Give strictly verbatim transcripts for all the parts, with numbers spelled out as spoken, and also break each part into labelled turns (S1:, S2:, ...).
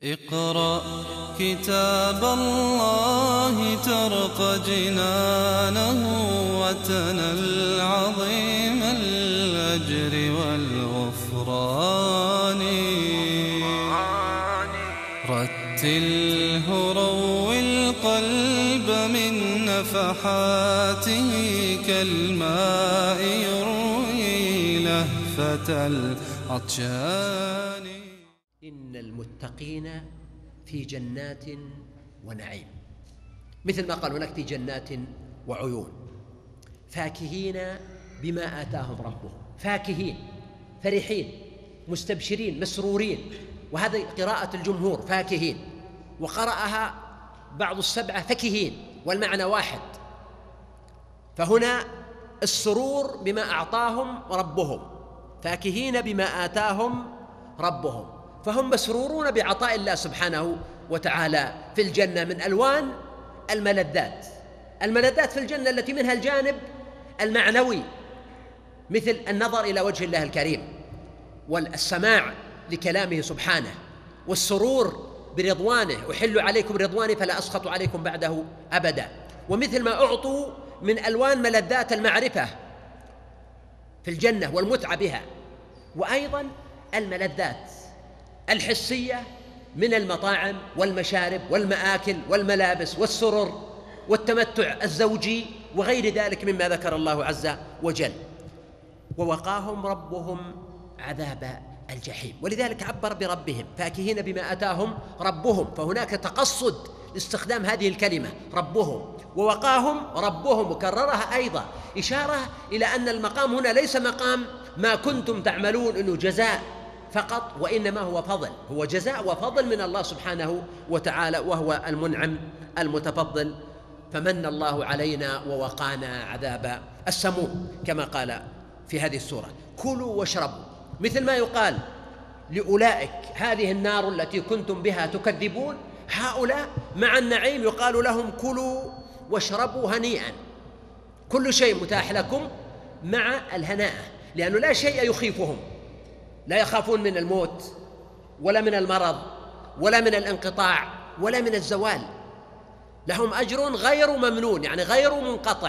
S1: اقرأ كتاب الله ترق جنانه وتنل عظيم الأجر والغفران. رتله روي القلب من نفحاته كالماء يروي لهفة العطشان.
S2: إن المتقين في جنات ونعيم، مثل ما قال هناك في جنات وعيون، فاكهين بما آتاهم ربهم، فاكهين فرحين مستبشرين مسرورين، وهذا قراءة الجمهور فاكهين، وقرأها بعض السبعة فكهين والمعنى واحد. فهنا السرور بما أعطاهم ربهم، فاكهين بما آتاهم ربهم، فهم مسرورون بعطاء الله سبحانه وتعالى في الجنة من ألوان الملذات. الملذات في الجنة التي منها الجانب المعنوي، مثل النظر إلى وجه الله الكريم، والسماع لكلامه سبحانه، والسرور برضوانه، أحل عليكم رضواني فلا أسخط عليكم بعده أبدا. ومثل ما أعطوا من ألوان ملذات المعرفة في الجنة والمتعة بها، وأيضا الملذات الحسية من المطاعم والمشارب والمآكل والملابس والسرر والتمتع الزوجي وغير ذلك مما ذكر الله عز وجل. ووقاهم ربهم عذاب الجحيم، ولذلك عبر بربهم فاكهين بما أتاهم ربهم، فهناك تقصد لاستخدام هذه الكلمة ربهم. ووقاهم ربهم وكررها أيضا، إشارة إلى أن المقام هنا ليس مقام ما كنتم تعملون إنه جزاء فقط، وإنما هو فضل، هو جزاء وفضل من الله سبحانه وتعالى، وهو المنعم المتفضل. فمن الله علينا ووقانا عذاب السموم، كما قال في هذه السورة: كلوا واشربوا، مثل ما يقال لأولئك هذه النار التي كنتم بها تكذبون، هؤلاء مع النعيم يقال لهم كلوا واشربوا هنيئا، كل شيء متاح لكم مع الهناء، لأنه لا شيء يخيفهم، لا يخافون من الموت ولا من المرض ولا من الانقطاع ولا من الزوال، لهم أجر غير ممنون، يعني غير منقطع،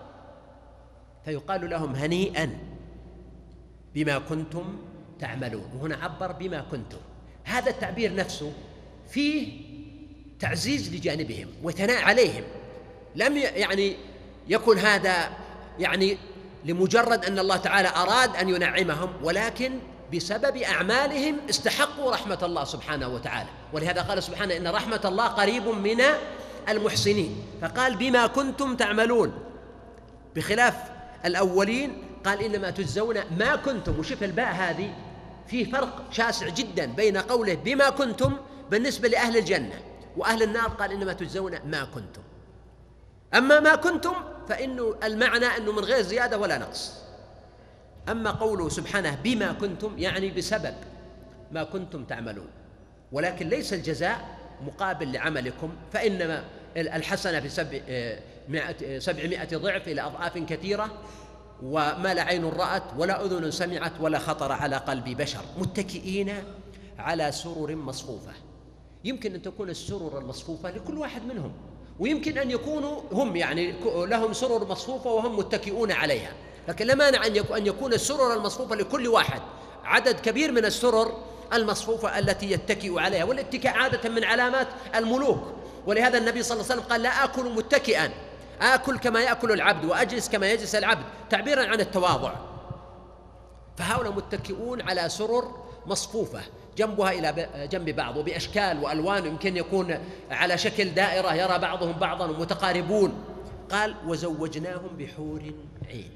S2: فيقال لهم هنيئا بما كنتم تعملون. وهنا عبر بما كنتم، هذا التعبير نفسه فيه تعزيز لجانبهم وثناء عليهم، لم يعني يكن هذا يعني لمجرد أن الله تعالى أراد أن ينعمهم، ولكن بسبب أعمالهم استحقوا رحمة الله سبحانه وتعالى. ولهذا قال سبحانه: إن رحمة الله قريب من المحسنين، فقال بما كنتم تعملون، بخلاف الأولين قال إنما تجزون ما كنتم. وشوف الباء هذه فيه فرق شاسع جدا بين قوله بما كنتم بالنسبة لأهل الجنة، وأهل النار قال إنما تجزون ما كنتم. أما ما كنتم فإنه المعنى أنه من غير زيادة ولا نقص، أما قوله سبحانه بما كنتم يعني بسبب ما كنتم تعملون، ولكن ليس الجزاء مقابل لعملكم، فإنما الحسنة في سبعمائة ضعف إلى أضعاف كثيرة، وما لا عين رأت ولا أذن سمعت ولا خطر على قلب بشر، متكئين على سرر مصفوفة. يمكن أن تكون السرر المصفوفة لكل واحد منهم، ويمكن أن يكونوا هم يعني لهم سرر مصفوفة وهم متكئون عليها، لكن لا مانع أن يكون السرر المصفوفة لكل واحد عدد كبير من السرر المصفوفة التي يتكئ عليها، والاتكاء عادة من علامات الملوك. ولهذا النبي صلى الله عليه وسلم قال: لا آكل متكئا، آكل كما يأكل العبد وأجلس كما يجلس العبد، تعبيرا عن التواضع. فهؤلاء متكئون على سرر مصفوفة جنبها إلى جنب بعض، وبأشكال وألوان، يمكن يكون على شكل دائرة يرى بعضهم بعضا ومتقاربون. قال: وزوجناهم بحور عين.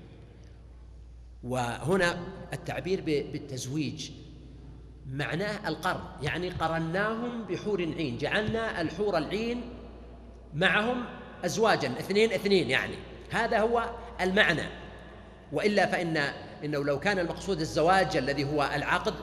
S2: وهنا التعبير بالتزويج معناه القرن، يعني قرناهم بحور عين، جعلنا الحور العين معهم أزواجا اثنين اثنين، يعني هذا هو المعنى. وإلا فإن إنه لو كان المقصود الزواج الذي هو العقد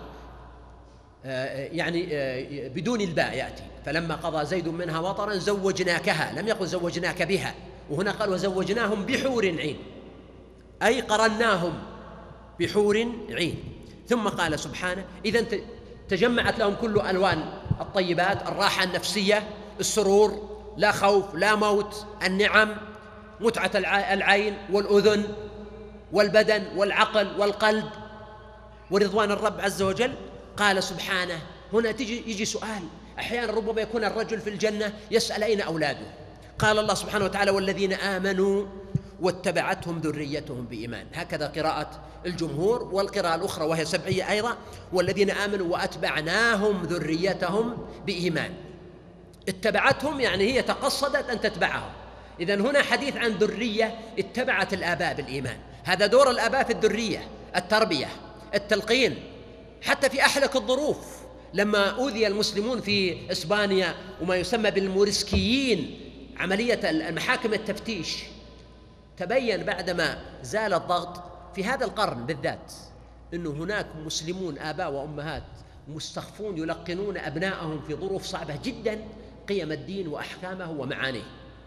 S2: يعني بدون الباء يأتي، فلما قضى زيد منها وطرا زوجناكها، لم يقل زوجناك بها، وهنا قال وزوجناهم بحور عين، أي قرناهم بحور عين. ثم قال سبحانه: إذن تجمعت لهم كل ألوان الطيبات، الراحة النفسية، السرور، لا خوف لا موت، النعم، متعة العين والأذن والبدن والعقل والقلب، ورضوان الرب عز وجل. قال سبحانه هنا تجي يجي سؤال، أحيانا ربما يكون الرجل في الجنة يسأل أين أولاده؟ قال الله سبحانه وتعالى والذين آمنوا واتبعتهم ذريتهم بإيمان، هكذا قراءة الجمهور، والقراءة الأخرى وهي سبعية أيضا، والذين آمنوا وأتبعناهم ذريتهم بإيمان. اتبعتهم يعني هي تقصدت أن تتبعهم، إذن هنا حديث عن ذرية اتبعت الآباء بالإيمان. هذا دور الآباء في الذرية، التربية، التلقين، حتى في أحلك الظروف. لما أوذي المسلمون في إسبانيا وما يسمى بالموريسكيين، عملية المحاكم التفتيش، تبين بعدما زال الضغط في هذا القرن بالذات أنه هناك مسلمون آباء وأمهات مستخفون يلقنون أبنائهم في ظروف صعبة جدا قيم الدين وأحكامه ومعانيه.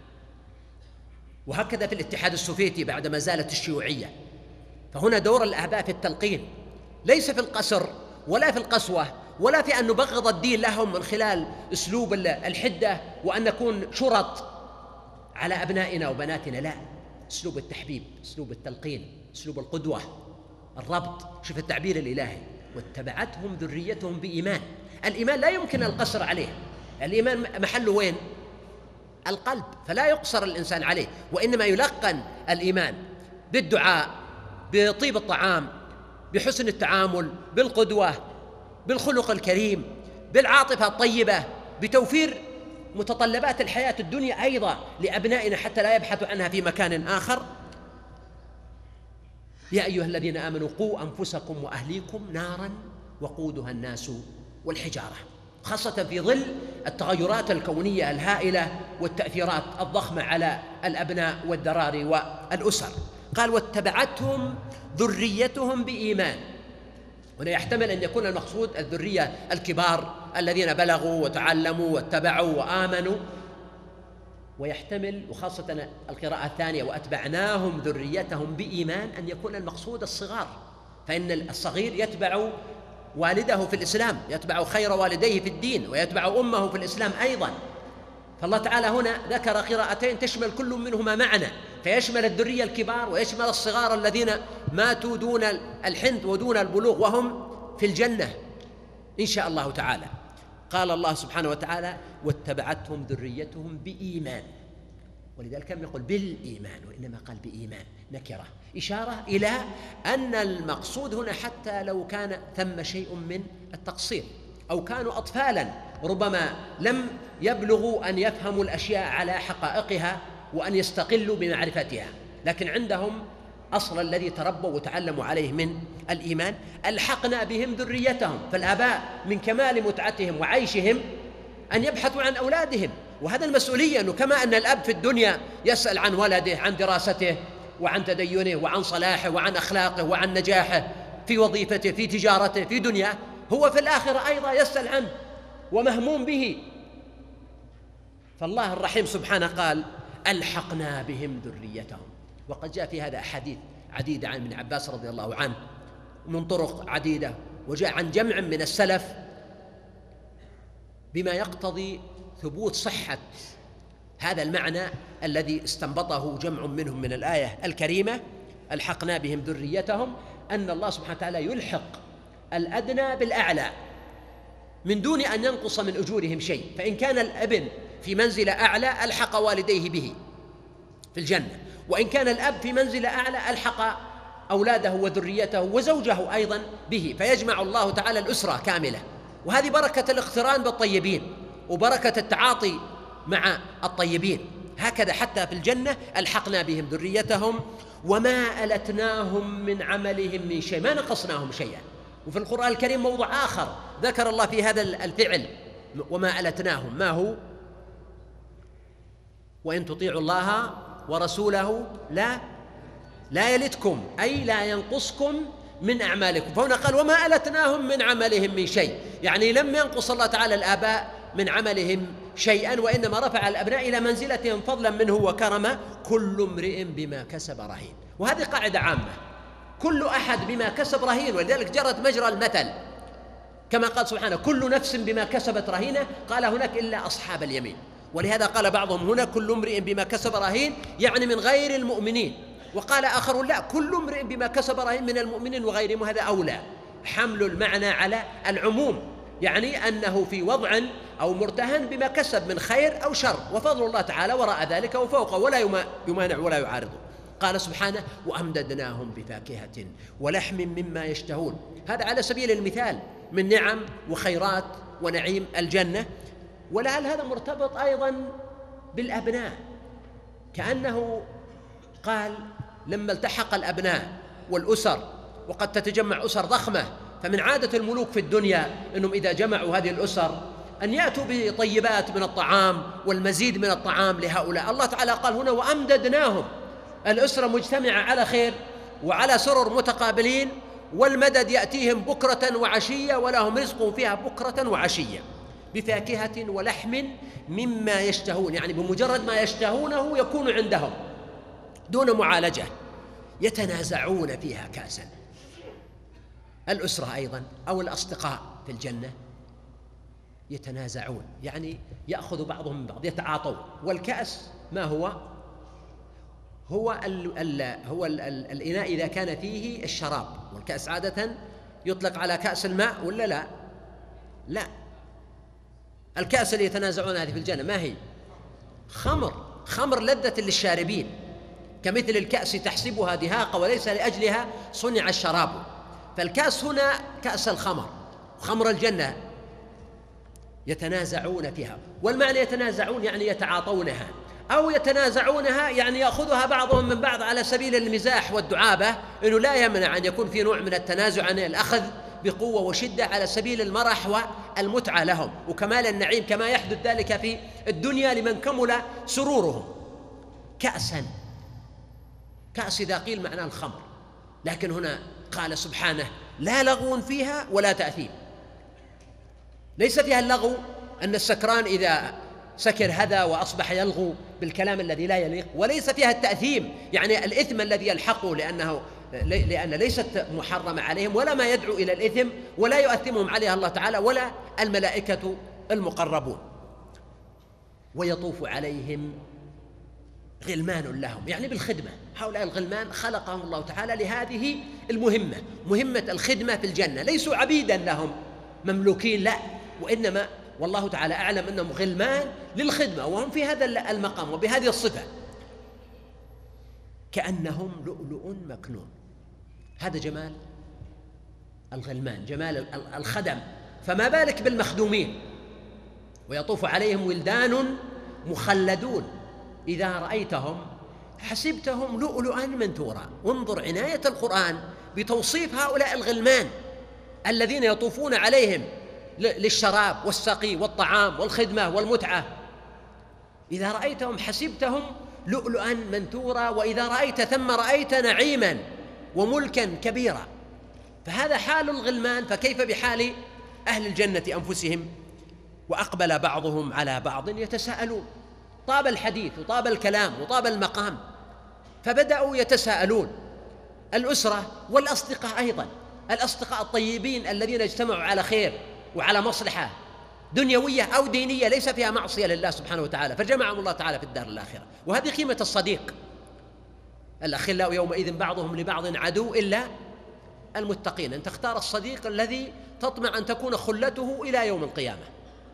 S2: وهكذا في الاتحاد السوفيتي بعدما زالت الشيوعية. فهنا دور الآباء في التلقين، ليس في القسر ولا في القسوة ولا في أن نبغض الدين لهم من خلال أسلوب الحدة وأن نكون شرط على أبنائنا وبناتنا، لا، أسلوب التحبيب، أسلوب التلقين، أسلوب القدوة، الربط. شوف التعبير الإلهي واتبعتهم ذريتهم بإيمان. الإيمان لا يمكن القصر عليه، الإيمان محله وين؟ القلب، فلا يقصر الإنسان عليه، وإنما يلقن الإيمان بالدعاء، بطيب الطعام، بحسن التعامل، بالقدوة، بالخلق الكريم، بالعاطفة الطيبة، بتوفير متطلبات الحياة الدنيا أيضا لأبنائنا حتى لا يبحثوا عنها في مكان آخر. يا أيها الذين آمنوا قوا أنفسكم وأهليكم نارا وقودها الناس والحجارة، خاصة في ظل التغيرات الكونية الهائلة والتأثيرات الضخمة على الأبناء والذراري والأسر. قال واتبعتهم ذريتهم بإيمان. هنا يحتمل أن يكون المقصود الذرية الكبار الذين بلغوا وتعلموا واتبعوا وآمنوا، ويحتمل وخاصة القراءة الثانية وأتبعناهم ذريتهم بإيمان أن يكون المقصود الصغار، فإن الصغير يتبع والده في الإسلام، يتبع خير والديه في الدين، ويتبع أمه في الإسلام أيضا. فالله تعالى هنا ذكر قراءتين تشمل كل منهما معنى، فيشمل الذرية الكبار ويشمل الصغار الذين ماتوا دون الحنث ودون البلوغ وهم في الجنة إن شاء الله تعالى. قال الله سبحانه وتعالى واتبعتهم ذريتهم بإيمان، ولذلك لم يقل بالإيمان وإنما قال بإيمان نكرة، إشارة إلى أن المقصود هنا حتى لو كان ثم شيء من التقصير أو كانوا أطفالا ربما لم يبلغوا أن يفهموا الأشياء على حقائقها وأن يستقلوا بمعرفتها، لكن عندهم أصل الذي تربوا وتعلموا عليه من الإيمان. ألحقنا بهم ذريتهم، فالآباء من كمال متعتهم وعيشهم أن يبحثوا عن أولادهم، وهذا المسؤولية، أنه كما أن الأب في الدنيا يسأل عن ولده، عن دراسته وعن تدينه وعن صلاحه وعن أخلاقه وعن نجاحه في وظيفته في تجارته في دنياه، هو في الآخرة أيضا يسأل عنه ومهموم به. فالله الرحيم سبحانه قال ألحقنا بهم ذريتهم. وقد جاء في هذا أحاديث عديدة عن ابن عباس رضي الله عنه من طرق عديدة، وجاء عن جمع من السلف بما يقتضي ثبوت صحة هذا المعنى الذي استنبطه جمع منهم من الآية الكريمة ألحقنا بهم ذريتهم، أن الله سبحانه وتعالى يلحق الأدنى بالأعلى من دون أن ينقص من أجورهم شيء. فإن كان الابن في منزلة أعلى ألحق والديه به في الجنة، وإن كان الأب في منزلة أعلى ألحق أولاده وذريته وزوجه أيضا به، فيجمع الله تعالى الأسرة كاملة. وهذه بركة الاقتران بالطيبين وبركة التعاطي مع الطيبين. هكذا حتى في الجنة ألحقنا بهم ذريتهم وما ألتناهم من عملهم من شيء، ما نقصناهم شيئا. وفي القرآن الكريم موضع آخر ذكر الله في هذا الفعل وما ألتناهم، ما هو؟ وإن تطيعوا الله ورسوله لا لا يلتكم، أي لا ينقصكم من أعمالكم. فهنا قال وما ألتناهم من عملهم من شيء، يعني لم ينقص الله تعالى الآباء من عملهم شيئا، وإنما رفع الأبناء إلى منزلتهم فضلا منه وكرما، كل امرئ بما كسب رهين. وهذه قاعدة عامة، كل أحد بما كسب رهين، ولذلك جرت مجرى المثل، كما قال سبحانه كل نفس بما كسبت رهينة، قال هناك إلا أصحاب اليمين. ولهذا قال بعضهم هنا كل امرئ بما كسب رهين، يعني من غير المؤمنين. وقال آخر لا، كل امرئ بما كسب رهين من المؤمنين وغيرهم، وهذا أولى، حمل المعنى على العموم، يعني أنه في وضع أو مرتهن بما كسب من خير أو شر، وفضل الله تعالى وراء ذلك وفوقه ولا يمانع ولا يعارضه. قال سبحانه وأمددناهم بفاكهة ولحم مما يشتهون، هذا على سبيل المثال من نعم وخيرات ونعيم الجنة. ولعل هذا مرتبط أيضا بالأبناء، كأنه قال لما التحق الأبناء والأسر، وقد تتجمع أسر ضخمة، فمن عادة الملوك في الدنيا أنهم إذا جمعوا هذه الأسر أن يأتوا بطيبات من الطعام والمزيد من الطعام لهؤلاء. الله تعالى قال هنا وأمددناهم، الأسرة مجتمعة على خير وعلى سرر متقابلين، والمدد يأتيهم بكرة وعشية ولهم رزق فيها بكرة وعشية، بفاكهة ولحم مما يشتهون، يعني بمجرد ما يشتهونه يكون عندهم دون معالجة، يتنازعون فيها كأسا. الأسرة أيضا أو الأصدقاء في الجنة يتنازعون، يعني يأخذ بعضهم من بعض، يتعاطون. والكأس ما هو؟ هو ال ال هو ال ال الإناء إذا كان فيه الشراب، والكأس عادة يطلق على كأس الماء ولا لا؟ لا، الكأس اللي يتنازعون هذه في الجنة ما هي؟ خمر، خمر لذة للشاربين، كمثل الكأس تحسبها دهاقة وليس لأجلها صنع الشراب. فالكأس هنا كأس الخمر، خمر الجنة يتنازعون فيها. والمعنى يتنازعون يعني يتعاطونها، أو يتنازعونها يعني يأخذها بعضهم من بعض على سبيل المزاح والدعابة، إنه لا يمنع أن يكون في نوع من التنازع عن الأخذ بقوة وشدة على سبيل المرح والمتعة لهم وكمال النعيم، كما يحدث ذلك في الدنيا لمن كمل سرورهم. كأسا، كأس إذا قيل معناه الخمر، لكن هنا قال سبحانه لا لغو فيها ولا تأثيم. ليس فيها اللغو أن السكران إذا سكر هذا وأصبح يلغو بالكلام الذي لا يليق، وليس فيها التأثيم يعني الإثم الذي يلحقه، لأنه لأن ليست محرمة عليهم ولا ما يدعو إلى الإثم، ولا يؤثمهم عليها الله تعالى ولا الملائكة المقربون. ويطوف عليهم غلمان لهم، يعني بالخدمة. هؤلاء الغلمان خلقهم الله تعالى لهذه المهمة، مهمة الخدمة في الجنة، ليسوا عبيدا لهم مملوكين، لا، وإنما والله تعالى أعلم أنهم غلمان للخدمة، وهم في هذا المقام وبهذه الصفة. كأنهم لؤلؤ مكنون، هذا جمال الغلمان، جمال الخدم، فما بالك بالمخدومين. ويطوف عليهم ولدان مخلدون إذا رأيتهم حسبتهم لؤلؤا منثورا. وانظر عناية القرآن بتوصيف هؤلاء الغلمان الذين يطوفون عليهم للشراب والسقي والطعام والخدمة والمتعة. إذا رأيتهم حسبتهم لؤلؤا منثورا، وإذا رأيت ثم رأيت نعيما وملكا كبيرا. فهذا حال الغلمان، فكيف بحال أهل الجنة أنفسهم؟ وأقبل بعضهم على بعض يتساءلون، طاب الحديث وطاب الكلام وطاب المقام، فبدأوا يتساءلون. الأسرة والأصدقاء أيضا، الأصدقاء الطيبين الذين اجتمعوا على خير وعلى مصلحة دنيوية أو دينية ليس فيها معصية لله سبحانه وتعالى، فجمعهم الله تعالى في الدار الآخرة. وهذه قيمة الصديق. الأخلاء يومئذ بعضهم لبعض عدو إلا المتقين، أن تختار الصديق الذي تطمع أن تكون خلته إلى يوم القيامة.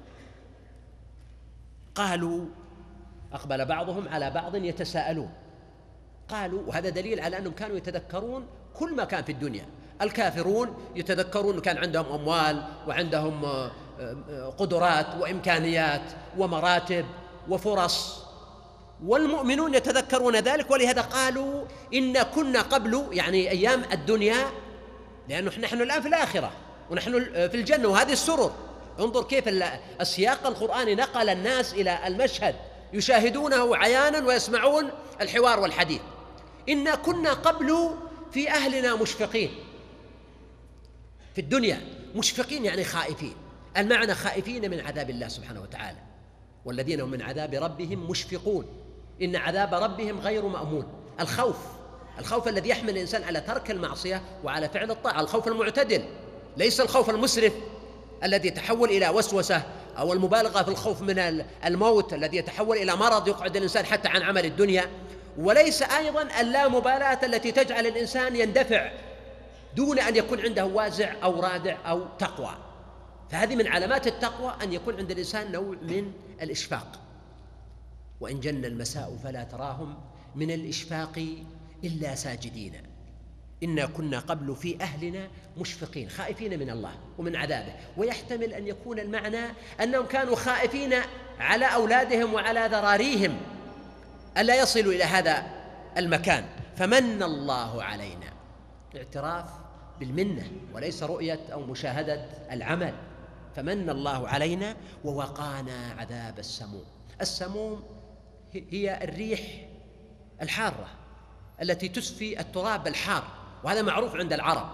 S2: قالوا أقبل بعضهم على بعض يتساءلون، قالوا، وهذا دليل على أنهم كانوا يتذكرون كل ما كان في الدنيا. الكافرون يتذكرون كان عندهم أموال وعندهم قدرات وإمكانيات ومراتب وفرص، والمؤمنون يتذكرون ذلك. ولهذا قالوا إن كنا قبل، يعني أيام الدنيا، لأنه نحن الآن في الآخرة ونحن في الجنة وهذه السرر. انظر كيف السياق القرآني نقل الناس إلى المشهد يشاهدونه عيانا ويسمعون الحوار والحديث. إن كنا قبل في أهلنا مشفقين. في الدنيا مشفقين يعني خائفين، المعنى خائفين من عذاب الله سبحانه وتعالى، والذين هم من عذاب ربهم مشفقون، إن عذاب ربهم غير مأمون. الخوف، الخوف الذي يحمل الإنسان على ترك المعصية وعلى فعل الطاعة، الخوف المعتدل، ليس الخوف المسرف الذي يتحول إلى وسوسة، أو المبالغة في الخوف من الموت الذي يتحول إلى مرض يقعد الإنسان حتى عن عمل الدنيا، وليس أيضا اللامبالاة التي تجعل الإنسان يندفع دون أن يكون عنده وازع أو رادع أو تقوى. فهذه من علامات التقوى أن يكون عند الإنسان نوع من الإشفاق. وإن جن المساء فلا تراهم من الإشفاق إلا ساجدين، إنا كنا قبل في أهلنا مشفقين، خائفين من الله ومن عذابه. ويحتمل أن يكون المعنى أنهم كانوا خائفين على أولادهم وعلى ذراريهم ألا يصلوا إلى هذا المكان، فمن الله علينا، اعتراف بالمنة وليس رؤية أو مشاهدة العمل. فمن الله علينا ووقانا عذاب السموم. السموم هي الريح الحارة التي تسفي التراب الحار، وهذا معروف عند العرب،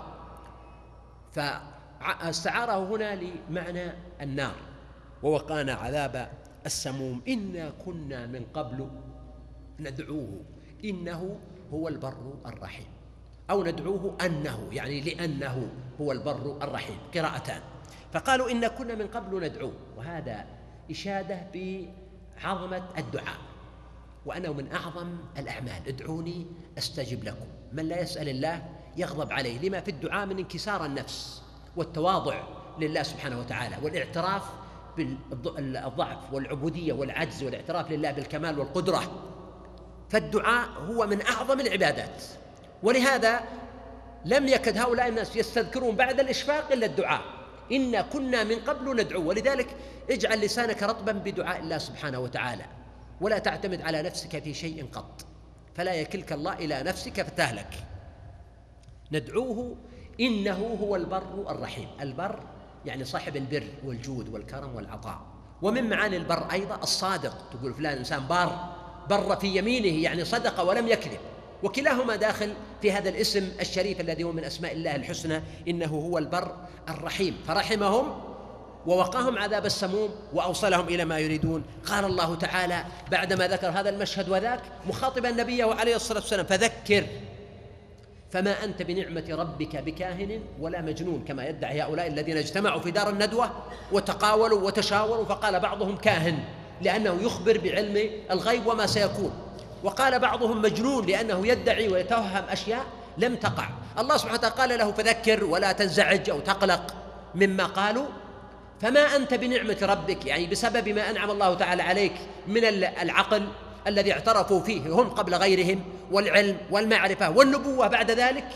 S2: فاستعاره هنا لمعنى النار. ووقانا عذاب السموم إنا كنا من قبل ندعوه إنه هو البر الرحيم، أو ندعوه أنه، يعني لأنه هو البر الرحيم، قراءتان. فقالوا إنا كنا من قبل ندعوه، وهذا إشادة بعظمة الدعاء، وأنه من أعظم الأعمال. ادعوني أستجب لكم. من لا يسأل الله يغضب عليه، لما في الدعاء من انكسار النفس والتواضع لله سبحانه وتعالى، والاعتراف بالضعف والعبودية والعجز، والاعتراف لله بالكمال والقدرة. فالدعاء هو من أعظم العبادات، ولهذا لم يكد هؤلاء الناس يستذكرون بعد الإشفاق إلا الدعاء. إنا كنا من قبل ندعوه. ولذلك اجعل لسانك رطبا بدعاء الله سبحانه وتعالى، ولا تعتمد على نفسك في شيء قط، فلا يكلك الله إلى نفسك فتهلك. ندعوه إنه هو البر الرحيم. البر يعني صاحب البر والجود والكرم والعطاء. ومن معاني البر أيضا الصادق، تقول فلان إنسان بار، بر في يمينه يعني صدق ولم يكذب، وكلاهما داخل في هذا الاسم الشريف الذي هو من أسماء الله الحسنى، إنه هو البر الرحيم. فرحمهم ووقاهم عذاب السموم وأوصلهم إلى ما يريدون. قال الله تعالى بعدما ذكر هذا المشهد وذاك مخاطبا نبيه عليه الصلاة والسلام: فذكر فما أنت بنعمة ربك بكاهن ولا مجنون، كما يدعي هؤلاء الذين اجتمعوا في دار الندوة وتقاولوا وتشاوروا، فقال بعضهم كاهن لأنه يخبر بعلم الغيب وما سيكون، وقال بعضهم مجنون لأنه يدعي ويتوهم أشياء لم تقع. الله سبحانه وتعالى قال له: فذكر ولا تنزعج أو تقلق مما قالوا. فما أنت بنعمة ربك، يعني بسبب ما أنعم الله تعالى عليك من العقل الذي اعترفوا فيه هم قبل غيرهم، والعلم والمعرفة والنبوة بعد ذلك،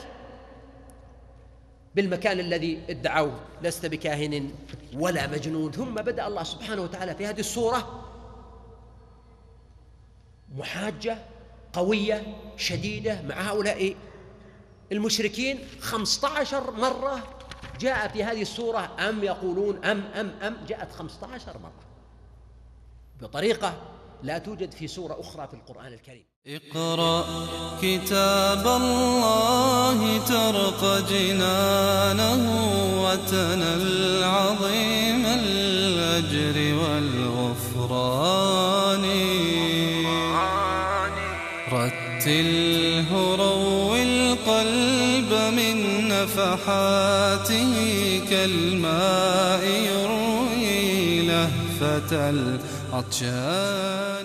S2: بالمكان الذي ادعوه، لست بكاهن ولا مجنون. ثم بدأ الله سبحانه وتعالى في هذه السورة محاجة قوية شديدة مع هؤلاء المشركين. خمسة عشر مرة جاء في هذه السورة أم يقولون أم أم أم جاءت خمسة عشر مرة بطريقة لا توجد في سورة أخرى في القرآن الكريم.
S1: اقرأ كتاب الله ترق جنانه وتنل عظيم الأجر والغفران. رتله روي القلب من نفحاته كالماء يروي لهفة العطشان.